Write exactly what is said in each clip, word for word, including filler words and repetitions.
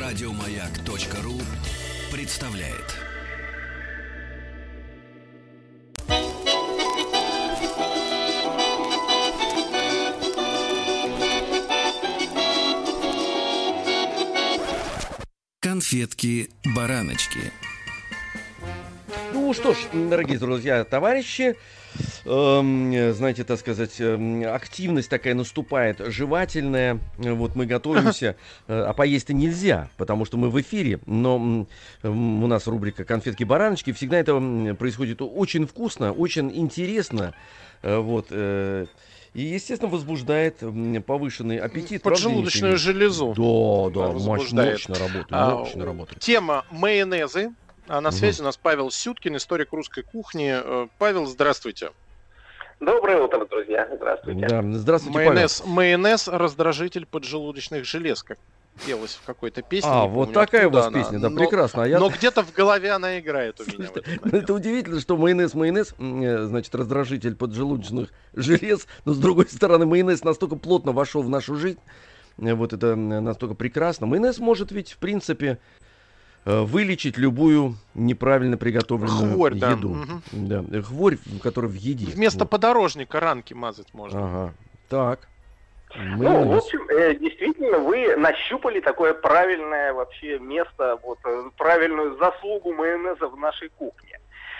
Радиомаяк.ру представляет. Конфетки-бараночки. Ну что ж, дорогие друзья, товарищи, эм, знаете, так сказать, эм, активность такая наступает, жевательная. Вот мы готовимся, э, а поесть-то нельзя, потому что мы в эфире. Но э, у нас рубрика «Конфетки-бараночки». Всегда это происходит очень вкусно, очень интересно. Э, вот. Э, И, естественно, возбуждает повышенный аппетит. Поджелудочную железу. Да, да, возбуждает. мощно работает. А, мощно работает. Тема майонезы. А на связи Угу. у нас Павел Сюткин, историк русской кухни. Павел, здравствуйте. Доброе утро, друзья. Здравствуйте. Да, здравствуйте, Майонез, Павел. майонез раздражитель поджелудочных желез, как пелось в какой-то песне. А, не вот помню, такая у вас откуда песня, она. да, но, прекрасно. А я... но где-то в голове она играет у меня. В этот Ну, момент. это удивительно, что майонез, майонез, м, э, значит, раздражитель поджелудочных желез, но с другой стороны, майонез настолько плотно вошел в нашу жизнь, э, вот это м, настолько прекрасно. Майонез может ведь, в принципе, э, вылечить любую неправильно приготовленную Хворь, да. еду. Мгм. Да, э, хворь, которая в еде. Вместо Вот. подорожника ранки мазать можно. Ага, так. Ну, в Майонез. общем, э, действительно, вы нащупали такое правильное вообще место, вот э, правильную заслугу майонеза в нашей кухне.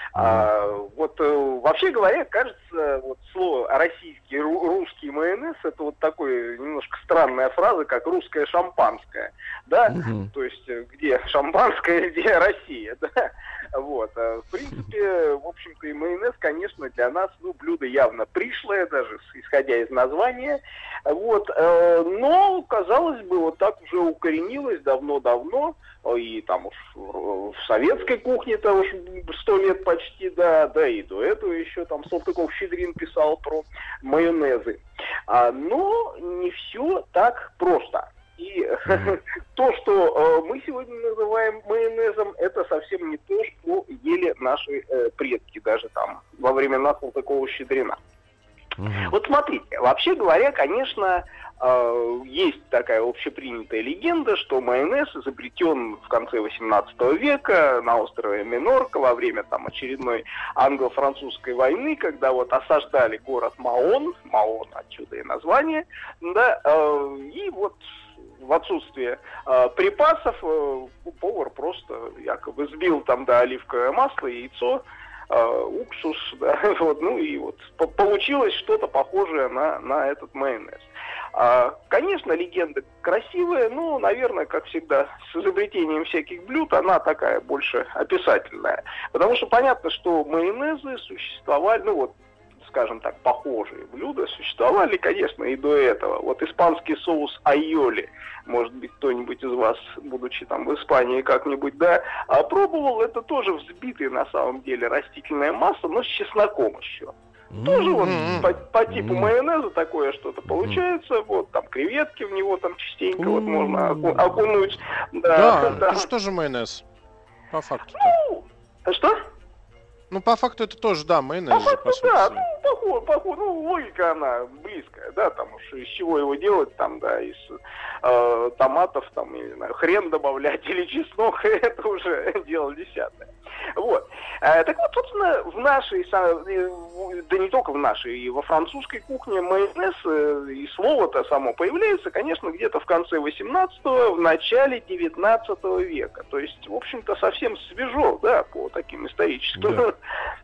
А, вот э, вообще говоря, кажется, вот слово российский, ру- русский майонез это вот такой немножко странная фраза, как русское шампанское, да, Мгм. то есть э, где шампанское, где Россия, да, вот. А, в принципе, в общем-то, и майонез, конечно, для нас, ну, блюдо явно пришлое, даже с- исходя из названия, вот, э, но, казалось бы, вот так уже укоренилось давно-давно, и там уж в в советской кухне-то уж сто лет почти, да, да, и до этого еще там Салтыков-Щедрин писал про майонезы. А, но не все так просто. И то, что э, мы сегодня называем майонезом, это совсем не то, что ели наши э, предки даже там во времена Салтыкова-Щедрина. Мгм. Вот смотрите, вообще говоря, конечно, э, есть такая общепринятая легенда, что майонез изобретен в конце восемнадцатого века на острове Минорка во время там очередной англо-французской войны, когда вот осаждали город Маон, Маон отсюда и название, да, э, и вот в отсутствие э, припасов э, повар просто якобы сбил там, да, оливковое масло, яйцо, Uh, уксус, да, вот, ну и вот по- получилось что-то похожее на, на этот майонез. А, конечно, легенда красивая, но, наверное, как всегда, с изобретением всяких блюд она такая больше описательная. Потому что понятно, что майонезы существовали, ну вот, скажем так, похожие блюда существовали, конечно, и до этого. Вот испанский соус айоли, может быть, кто-нибудь из вас, будучи там в Испании как-нибудь, да, а пробовал, это тоже взбитая на самом деле растительная масса, но с чесноком еще. Тоже вот М-м. по, по типу М. майонеза такое что-то получается, вот там креветки в него там частенько вот можно оку- окунуть. Да, Да, это же тоже майонез. По факту. да. Что? Ну, по факту это тоже, да, майонез. По же, факту, по сути да, своей. ну, похоже, похоже, ну, логика она близкая, да, там уж из чего его делать, там, да, из э, томатов, там, я не знаю, хрен добавлять или чеснок, это уже дело десятое. Вот. Э, так вот, собственно, в нашей, са- э, в- да не только в нашей, и во французской кухне майонез, э, и слово-то само появляется, конечно, где-то в конце восемнадцатого, в начале девятнадцатого века. То есть, в общем-то, совсем свежо, да, по таким историческим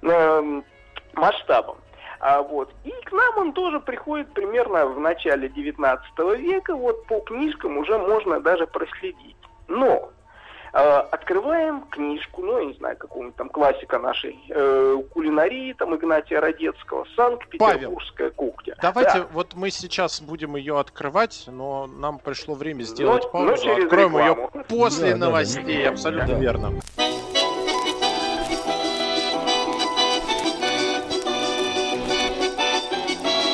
эм, масштабам. А, вот. И к нам он тоже приходит примерно в начале девятнадцатого века, вот по книжкам уже можно даже проследить. Но э, открываем книжку, ну, я не знаю, какого-нибудь там классика нашей э, кулинарии, там, Игнатия Родецкого, «Санкт-Петербургская кухня». Давайте, Да. вот мы сейчас будем ее открывать, но нам пришло время сделать Но- паузу. но через Откроем рекламу. ее после Да, да, да. новостей, абсолютно Да. верно.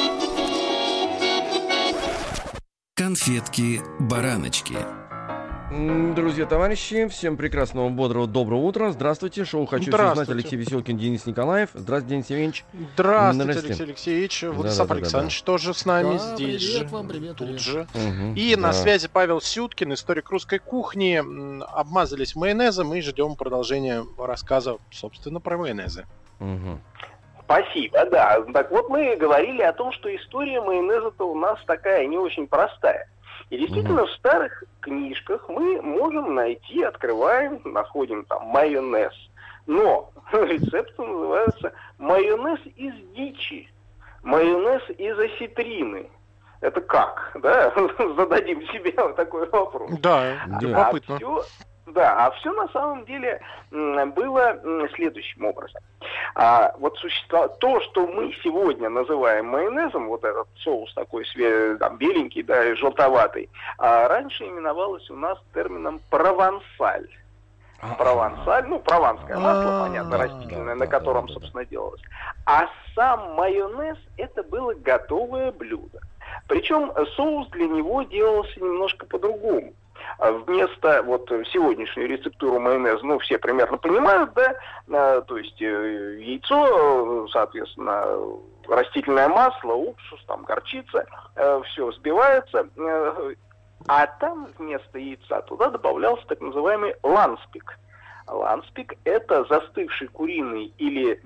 Конфетки-бараночки. Друзья, товарищи, всем прекрасного, бодрого, доброго утра. Здравствуйте. Шоу «Хочу все знать». Алексей Веселкин, Денис Николаев. Здравствуйте, Денис Евгеньевич. Здравствуйте, Здравствуйте. Алексей Алексеевич. Владислав да, Александрович да, да, да. тоже с нами да, здесь привет же. Вам, привет, Тут привет. же. Угу, и да. на связи Павел Сюткин, историк русской кухни. Обмазались майонезом и ждем продолжения рассказа, собственно, про майонезы. Угу. Спасибо, да. Так вот, мы говорили о том, что история майонеза-то у нас такая не очень простая. И действительно, mm-hmm. в старых книжках мы можем найти, открываем, находим там майонез. Но рецепт называется майонез из дичи, майонез из осетрины. Это как? Да? Зададим себе вот такой вопрос. Да, любопытно. А все, да, а все на самом деле было следующим образом. А вот существо... то, что мы сегодня называем майонезом, вот этот соус такой там, беленький, да, и желтоватый, а раньше именовалось у нас термином провансаль. Провансаль, ну, прованское масло, понятно, растительное, на котором, собственно, делалось. А сам майонез — это было готовое блюдо. Причем соус для него делался немножко по-другому. Вместо вот сегодняшнюю рецептуру майонеза, ну, все примерно понимают, да, а, то есть э, яйцо, соответственно, растительное масло, уксус, там, горчица, э, все взбивается, э, а там вместо яйца туда добавлялся так называемый ланспик. Ланспик — это застывший куриный или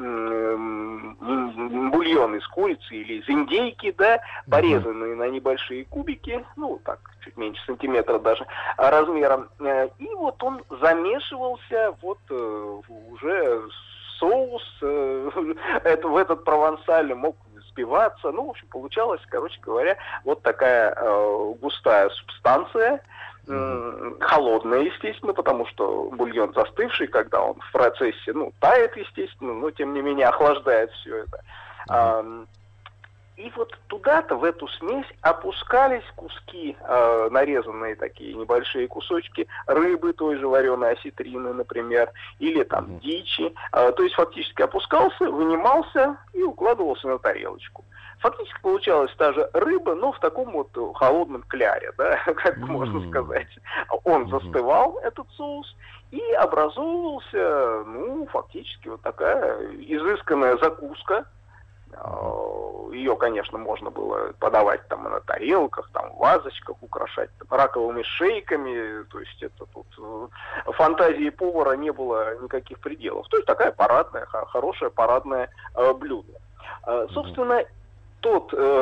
м- бульон из курицы или из индейки, да, порезанные на небольшие кубики, ну, так, чуть меньше сантиметра даже размером. И вот он замешивался вот уже соус, это, в этот провансаль мог взбиваться. Ну, в общем, получалась, короче говоря, вот такая э, густая субстанция, э, холодная, естественно, потому что бульон застывший, когда он в процессе, ну, тает, естественно, но, тем не менее, охлаждает все это. Mm-hmm. И вот туда-то, в эту смесь, опускались куски, э, нарезанные такие небольшие кусочки рыбы, той же вареной осетрины, например, или там mm-hmm. дичи. Э, то есть фактически опускался, вынимался и укладывался на тарелочку. Фактически получалась та же рыба, но в таком вот холодном кляре, да, как mm-hmm. можно сказать. Он mm-hmm. застывал, этот соус, и образовывался, ну, фактически вот такая изысканная закуска. Ее, конечно, можно было подавать там на тарелках, там, в вазочках, украшать там, раковыми шейками. То есть это тут фантазии повара не было никаких пределов. То есть такая парадная, хорошее парадное э, блюдо. Э, собственно, тот э,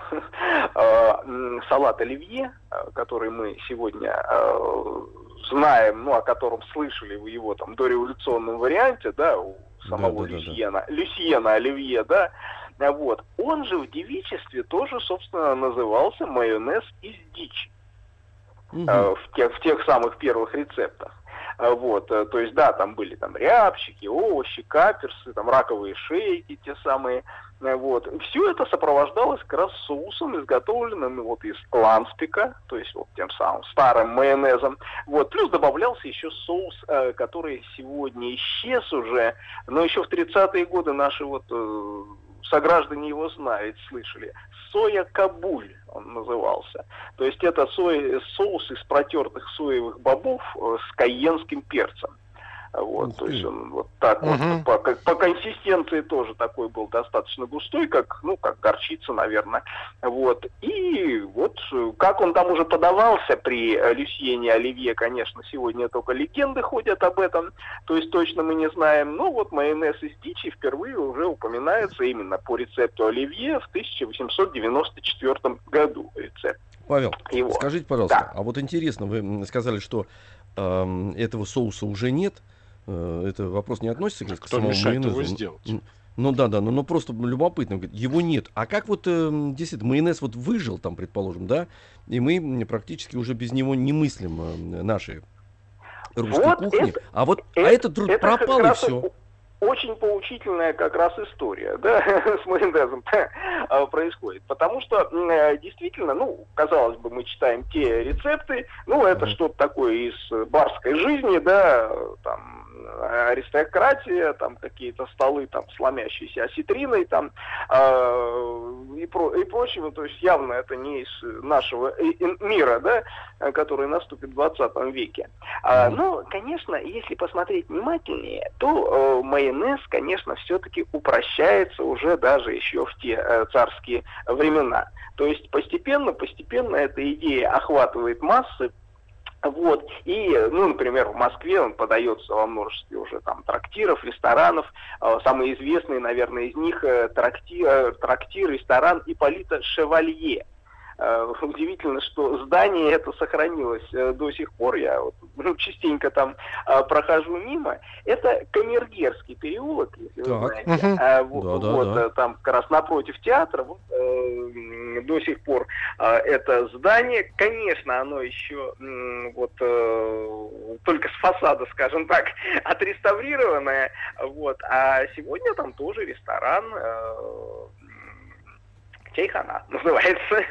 э, салат оливье, который мы сегодня э, знаем, ну, о котором слышали в его там дореволюционном варианте, да, у самого да, да, Люсьена, да, да. Люсьена Оливье, да, вот, он же в девичестве тоже, собственно, назывался майонез из дичи, угу. э, в, тех, в тех самых первых рецептах. Э, вот, э, то есть, да, там были там рябчики, овощи, каперсы, там раковые шейки те самые, э, вот. Все это сопровождалось как раз соусом, изготовленным вот из ланспика, то есть вот тем самым старым майонезом. Вот, плюс добавлялся еще соус, э, который сегодня исчез уже, но еще в тридцатые годы наши вот э, сограждане его знают, слышали. Соя-кабуль он назывался. То есть это соя, соус из протертых соевых бобов э, с кайенским перцем. Вот, то есть он вот так uh-huh. вот по, по консистенции тоже такой был достаточно густой, как, ну, как горчица, наверное. Вот. И вот как он там уже подавался при Люсьене Оливье, конечно, сегодня только легенды ходят об этом, то есть точно мы не знаем. Но вот майонез из дичи впервые уже упоминается именно по рецепту Оливье в тысяча восемьсот девяносто четвёртом году рецепт. Павел, его. Скажите, пожалуйста, да. а вот интересно, вы сказали, что э, этого соуса уже нет. Это вопрос не относится к Кто самому мешает майонезу. его сделать? Ну да, да, но, но просто любопытно, его нет. А как вот э, действительно майонез вот выжил там, предположим, да, и мы практически уже без него не мыслим э, нашей русской вот кухни. Это, а вот это, а этот труд пропал и все. Очень поучительная как раз история, да, с майонезом происходит. Потому что действительно, ну, казалось бы, мы читаем те рецепты, ну, это mm-hmm. что-то такое из барской жизни, да, там, аристократия, там какие-то столы, там, сломящиеся осетриной, там, э, и, про, и прочего, то есть явно это не из нашего мира, да, который наступит в двадцатом веке. А, но, конечно, если посмотреть внимательнее, то э, майонез, конечно, все-таки упрощается уже даже еще в те э, царские времена. То есть постепенно, постепенно эта идея охватывает массы. Вот, и, ну, например, в Москве он подается во множестве уже там трактиров, ресторанов. Самый известный, наверное, из них трактир, трактир ресторан Ипполита Шевалье. Удивительно, что здание это сохранилось до сих пор. Я вот, ну, частенько там а, прохожу мимо. Это Камергерский переулок, если так. вы знаете. Uh-huh. А, вот, да, да, вот да. Там как раз напротив театра. Вот, э, до сих пор э, это здание, конечно, оно еще э, вот э, только с фасада, скажем так, отреставрированное. Вот, а сегодня там тоже ресторан. Э, Чайхана называется.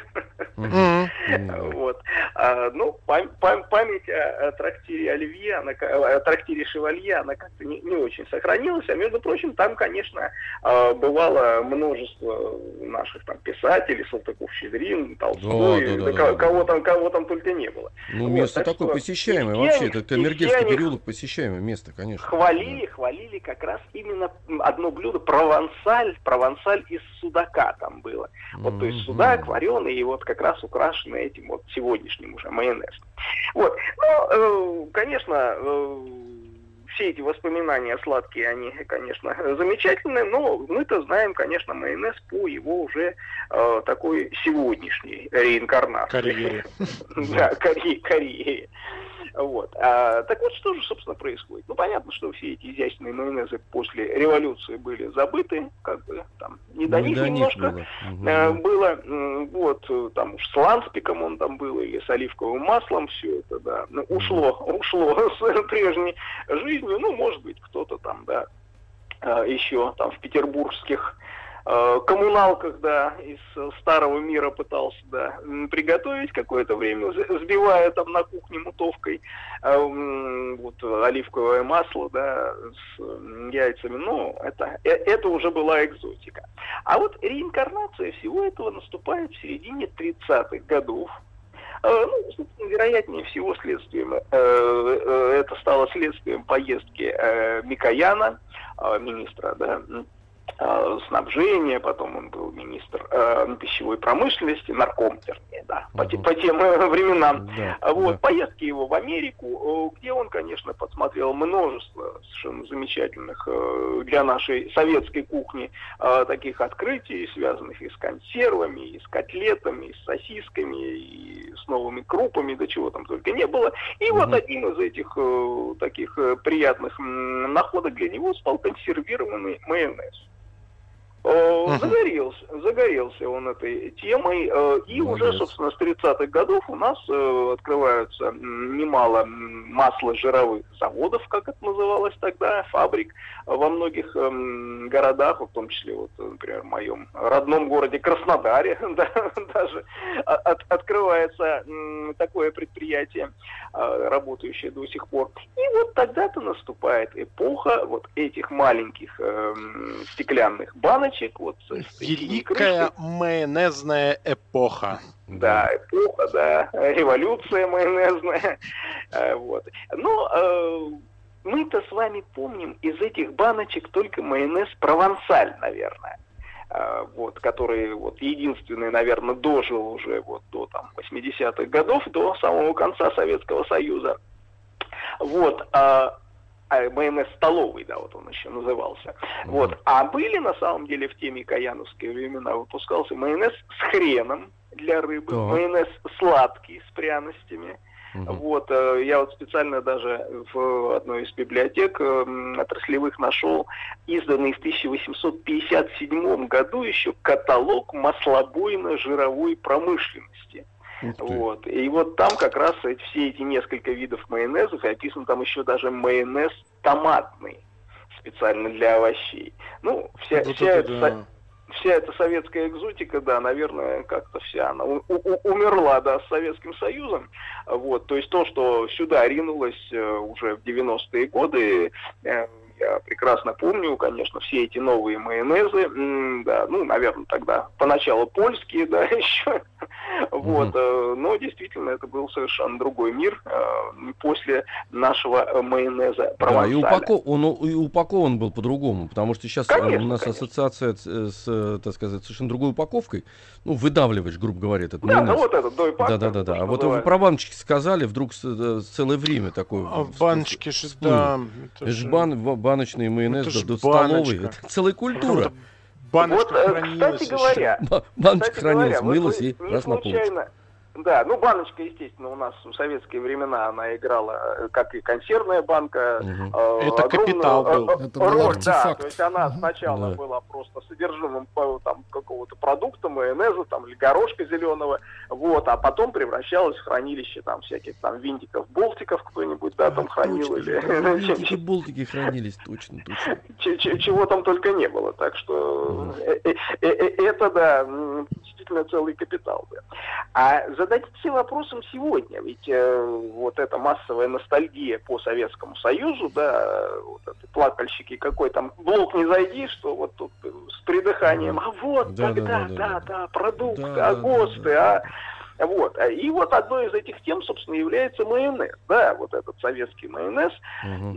Mm-hmm. Вот. А, ну, пам- пам- память о, о трактире Оливье, она, о трактире Шевалье, она как-то не, не очень сохранилась. А между прочим, там, конечно, бывало множество наших там писателей, Салтыков-Щедрин, Толстой, да, да, да, кого, да, кого, там, кого там только не было. Ну, вот, место такое что посещаемое вообще. Это Камергерский переулок посещаемое место, конечно. Хвалили, да. хвалили как раз именно одно блюдо провансаль, провансаль из судака там было. Вот, mm-hmm. то есть судак вареный и вот как раз украшенный этим вот сегодняшним уже майонезом. Вот, ну, э, конечно, э, все эти воспоминания сладкие, они, конечно, замечательные, но мы-то знаем, конечно, майонез по его уже э, такой сегодняшней реинкарнации. Карьере. Да, карьере. Вот. А, так вот, что же, собственно, происходит? Ну, понятно, что все эти изящные майонезы после революции были забыты, как бы там не до них немножко было. было. Вот, там уж с ланспиком он там был, или с оливковым маслом, все это, да, ну, ушло, ушло с прежней жизнью. Ну, может быть, кто-то там, да, еще там в петербургских коммуналках, да, из старого мира пытался, да, приготовить какое-то время, сбивая там на кухне мутовкой э, вот оливковое масло, да, с яйцами. Ну, это, это уже была экзотика. А вот реинкарнация всего этого наступает в середине тридцатых годов. Э, ну, вероятнее всего, следствием, э, э, это стало следствием поездки э, Микояна, э, министра, да, снабжения, потом он был министр э, пищевой промышленности, нарком, вернее, да, uh-huh. по, те, по тем э, временам. Uh-huh. Вот, uh-huh. Поездки его в Америку, где он, конечно, подсмотрел множество совершенно замечательных э, для нашей советской кухни э, таких открытий, связанных и с консервами, и с котлетами, и с сосисками, и с новыми крупами, до чего там только не было. И uh-huh. вот одним из этих э, таких э, приятных м, находок для него стал консервированный майонез. Uh-huh. Загорелся, загорелся он этой темой, и Молодец. Уже, собственно, с тридцатых годов у нас открываются немало масло-жировых заводов, как это называлось тогда, фабрик во многих городах, в том числе, вот, например, в моем родном городе Краснодаре, да, даже от, открывается такое предприятие, работающее до сих пор. И вот тогда-то наступает эпоха вот этих маленьких э, стеклянных банок. Вот, Великая майонезная эпоха. Да, эпоха, да, революция майонезная. Вот. Но э, мы-то с вами помним из этих баночек только майонез провансаль, наверное. Э, вот, который вот, единственный, наверное, дожил уже вот, до там, восьмидесятых годов, до самого конца Советского Союза. Вот. Э, А, майонез столовый, да, вот он еще назывался. Mm-hmm. Вот. А были, на самом деле, в те микояновские времена выпускался майонез с хреном для рыбы, oh. майонез сладкий с пряностями. Mm-hmm. Вот. Я вот специально даже в одной из библиотек отраслевых нашел изданный в тысяча восемьсот пятьдесят седьмом году еще каталог маслобойно-жировой промышленности. Вот. И вот там как раз эти, все эти несколько видов майонезов, и описан там еще даже майонез томатный, специально для овощей. Ну, вся, вот вся это, эта... да. вся эта советская экзотика, да, наверное, как-то вся она у- у- умерла, да, с Советским Союзом. Вот, то есть то, что сюда ринулось э, уже в девяностые годы, э, я прекрасно помню, конечно, все эти новые майонезы, м, да, ну, наверное, тогда поначалу польские, да, еще, вот, э, но действительно это был совершенно другой мир э, после нашего майонеза Да, и, провансаля. упаков... он, и упакован был по-другому, потому что сейчас Конечно, у нас конечно. ассоциация с, с, так сказать, совершенно другой упаковкой. Ну, выдавливаешь, грубо говоря, этот Да, майонез. ну вот этот дойпак. Да-да-да. что А вот вы называется. про баночки сказали, вдруг с- э, целое время такое А всп- баночки же, всплыло. да. Это это ж же- бан- в- баночный майонез, это да, ж да, столовый. баночка. Это целая культура. Потом баночка Вот, э, хранилась кстати еще. говоря, Ба- Баночка Кстати хранилась, говоря, вот мылась вы и не раз на полочку. случайно... Да, ну баночка, естественно, у нас в советские времена она играла, э, как и консервная банка. Мгм. э, Это капитал был. э, э, Это был роль, да, артефакт. то есть она сначала Да. была просто содержимым по- там, какого-то продукта, майонеза там, или горошка зеленого, вот, а потом превращалась в хранилище там всяких там винтиков, болтиков кто-нибудь, да, там хранил, Точно, или да, винтики, болтики хранились, точно, точно. Ч- ч- чего там только не было. Так что э- э- э- э- это, да, м, действительно целый капитал. Да. А зададите вопросом сегодня, ведь э, вот эта массовая ностальгия по Советскому Союзу, да, вот эти плакальщики, какой там блок не зайди, что вот тут с придыханием, а вот Да, да, тогда, да, да, да, да, да. продукт, Да, а да, ГОСТы, да, а... Вот. И вот одной из этих тем, собственно, является майонез, да, вот этот советский майонез, Мгм.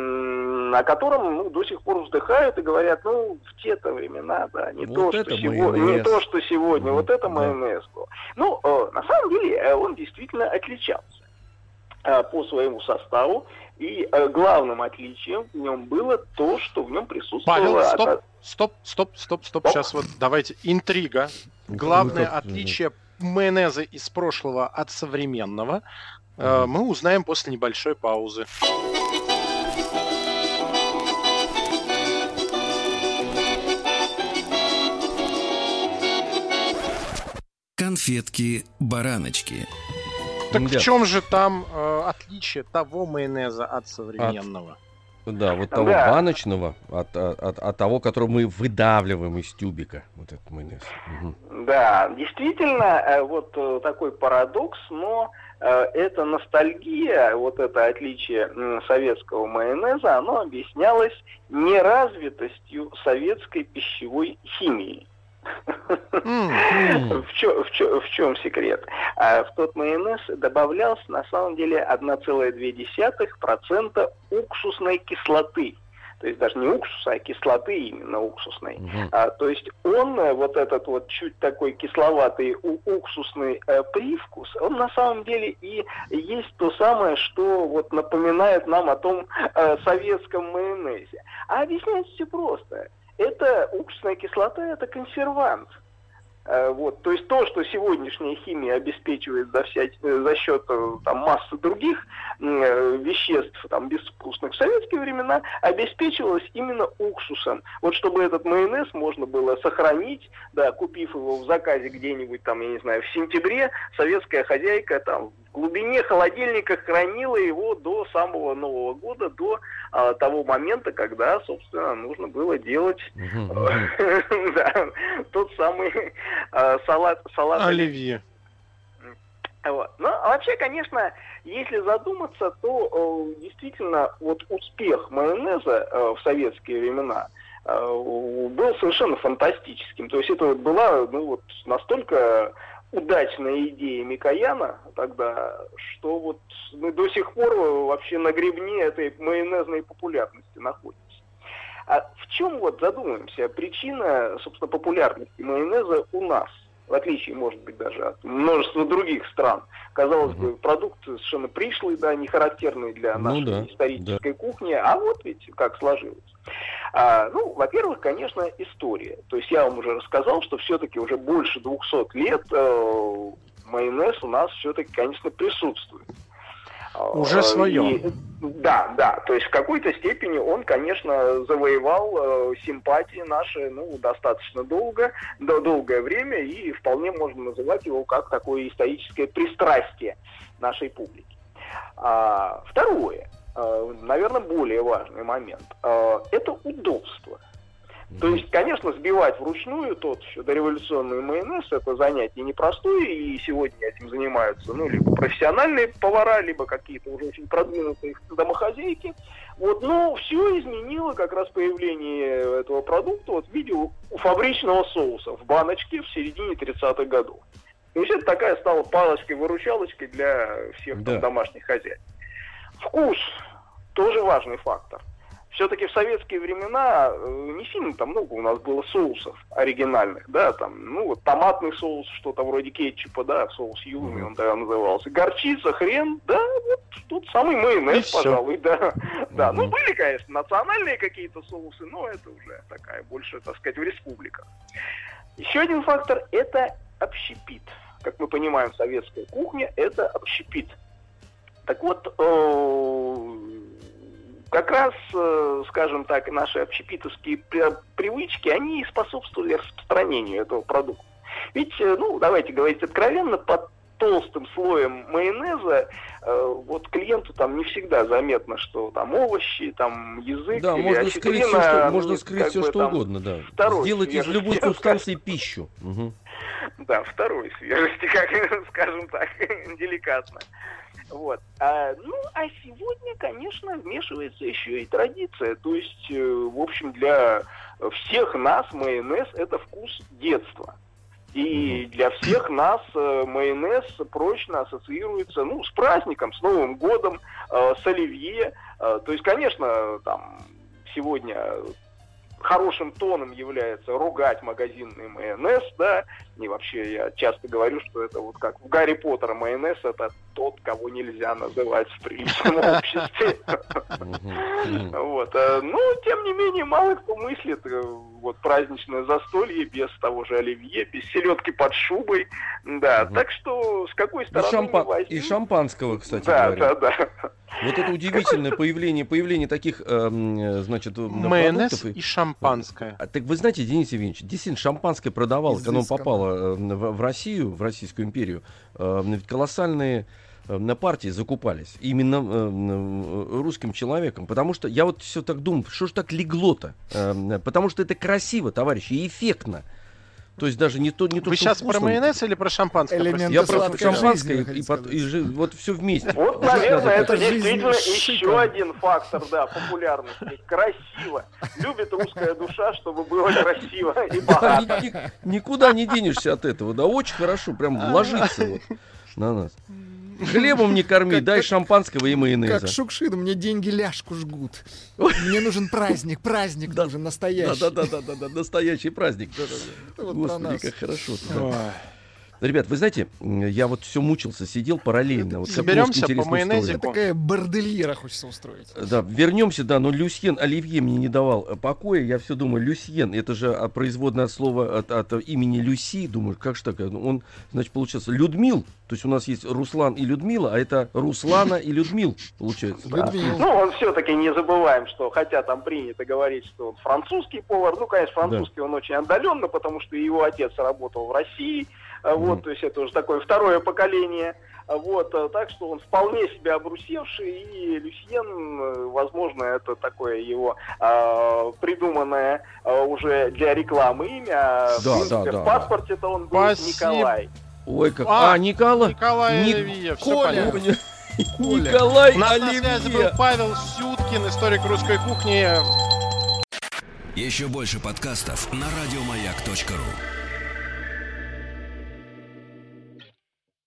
м, о котором ну, до сих пор вздыхают и говорят, ну, в те-то времена, да, не, Вот то, что это сегодня, майонез. не то, что сегодня, Мгм, вот это да. майонез был. Ну, э, на самом деле, э, он действительно отличался э, по своему составу, и э, главным отличием в нем было то, что в нем присутствовало... Павел, одна- стоп, стоп, стоп, стоп, стоп. Стоп. Сейчас вот давайте интрига. Ну, Главное как- ну, отличие майонеза из прошлого от современного э, Мгм. мы узнаем после небольшой паузы. Конфетки-бараночки. Так Да. в чем же там э, отличие того майонеза от современного? Да, вот того Да. баночного от, от, от- от того, который мы выдавливаем из тюбика. Вот этот майонез. Мгм. Да, действительно, э, вот э, такой парадокс, но э, эта ностальгия, вот это отличие м, советского майонеза, оно объяснялось неразвитостью советской пищевой химии. М, В чем, в, чё- в чем секрет? А в тот майонез добавлялось на самом деле одна целая две десятых процента уксусной кислоты. То есть даже не уксуса, а кислоты именно уксусной. Мгм. А, то есть он, э, вот этот вот чуть такой кисловатый у- уксусный э, привкус, он на самом деле и есть то самое, что вот напоминает нам о том э, советском майонезе. А объясняется все просто. Это уксусная кислота, это консервант. Э, Вот, то есть то, что сегодняшняя химия обеспечивает за, вся, э, за счет э, там, массы других э, веществ, там, безвкусных, в советские времена обеспечивалось именно уксусом. Вот чтобы этот майонез можно было сохранить, да, купив его в заказе где-нибудь там, я не знаю, в сентябре, советская хозяйка там в глубине холодильника хранила его до самого Нового года, до а, того момента, когда, собственно, нужно было делать Мгм, мгм. да, тот самый э, салат, салат. Оливье. Вот. Ну, а вообще, конечно, если задуматься, то э, действительно вот успех майонеза э, в советские времена э, был совершенно фантастическим. То есть это вот была ну, вот, настолько удачная идея Микояна тогда, что вот мы до сих пор вообще на гребне этой майонезной популярности находимся. А в чем, вот задумаемся, причина, собственно, популярности майонеза у нас, в отличие, может быть, даже от множества других стран? Казалось Мгм. бы, продукт совершенно пришлый, да, не характерный для Ну нашей да, исторической кухни, а вот ведь как сложилось. А, ну, во-первых, конечно, история. То есть я вам уже рассказал, что все-таки уже больше двухсот лет э, майонез у нас все-таки, конечно, присутствует. Уже Э, своё. и- Да, да. То есть в какой-то степени он, конечно, завоевал э, симпатии наши, ну, достаточно долго, до долгое время, и вполне можно называть его как такое историческое пристрастие нашей публики. А, второе, э, наверное, более важный момент, э, это удобство. То есть, конечно, сбивать вручную тот еще дореволюционный майонез — это занятие непростое, и сегодня этим занимаются, ну, либо профессиональные повара, либо какие-то уже очень продвинутые домохозяйки. Вот, но все изменило как раз появление этого продукта вот в виде фабричного соуса в баночке в середине тридцатых годов. То есть это такая стала палочкой-выручалочкой для всех Да. там, домашних хозяев. Вкус тоже важный фактор. Все-таки в советские времена э, не сильно там много у нас было соусов оригинальных, да, там, ну, вот томатный соус, что-то вроде кетчупа, да, соус Юми он тогда назывался, горчица, хрен, да, вот тут самый майонез, пожалуй, да, да, ну, были, конечно, национальные какие-то соусы, но это уже такая больше, так сказать, в республиках. Еще один фактор – это общепит. Как мы понимаем, советская кухня – это общепит. Так вот, э- как раз, скажем так, наши общепитовские привычки, они способствовали распространению этого продукта. Ведь, ну, давайте говорить откровенно, под толстым слоем майонеза вот клиенту там не всегда заметно, что там овощи, там язык, Да, или можно осетрина, скрыть все, что, ну, можно скрыть как все, бы что там угодно, да. второй Сделать из свежести, любой субстанции пищу. Угу. Да, второй свежести, как, скажем так, деликатно. Вот. А, ну, а сегодня, конечно, вмешивается еще и традиция. То есть, э, в общем, для всех нас майонез – это вкус детства. И для всех нас э, майонез прочно ассоциируется, ну, с праздником, с Новым годом, э, с оливье. Э, то есть, конечно, там сегодня хорошим тоном является ругать магазинный майонез, да, и вообще я часто говорю, что это вот как в Гарри Поттера майонез, это тот, кого нельзя называть в приличном обществе. Вот. Но, тем не менее, мало кто мыслит вот праздничное застолье без того же оливье, без селедки под шубой, да, так что с какой стороны не возьми. И шампанского, кстати да, говоря. Да, да, Вот это удивительное появление, появление таких, э, значит, майонез продуктов. и шампанское. А, так вы знаете, Денис Евгеньевич, действительно, шампанское продавалось, когда оно попало э, в, в Россию, в Российскую империю, э, ведь колоссальные э, на партии закупались именно э, русским человеком, потому что я вот все так думаю, что ж так легло-то, э, потому что это красиво, товарищи, и эффектно. То есть даже не то, не то, Вы что сейчас вкусно. про майонез или про шампанское? Элементы Я про сладкой шампанское жизни, и, под- и жи- вот все вместе. Вот, Жить наверное, надо это как- действительно жизнь еще шикарно. один фактор, да, популярности. Красиво. Любит русская душа, чтобы было красиво и Да, богато. ни- ни- никуда не денешься от этого, да, очень хорошо, прям ложится вот на нас. Хлебом не корми, Как- дай как- шампанского и майонеза. Как Шукшин, мне деньги ляжку жгут. Мне нужен праздник, праздник нужен настоящий. Да-да-да, настоящий праздник. Это вот про Господи, нас. как хорошо. Ой. Ребят, вы знаете, я вот все мучился, сидел параллельно. Вот Соберемся Соколовский по интересную майонезику. историю. Такая бордельера хочется устроить. Да, вернемся, да, но Люсьен Оливье мне не давал э, покоя. Я все думаю, Люсьен, это же а, производное от слова от, от имени Люси. Думаю, как же так? Он, значит, получился Людмил. То есть у нас есть Руслан и Людмила, а это Руслана и Людмил, получается. Да. Людмила. Ну, он все-таки не забываем, что, хотя там принято говорить, что он французский повар, ну, конечно, французский он очень отдаленно, потому что его отец работал в России, а, вот, Мгм. то есть это уже такое второе поколение, а, вот, а, так что он вполне себя обрусевший, и Люсьен, э, возможно, это такое его а, придуманное а, уже для рекламы имя, а, в Да, принципе, да, да, в паспорте-то он был Спасибо. Николай. Ой, как... А, А, Никола... Николай Ник- Оливье, все Коля. понятно. Коля. Николай У нас на связи был Оливье. Павел Сюткин, историк русской кухни. Еще больше подкастов на радиомаяк точка ру.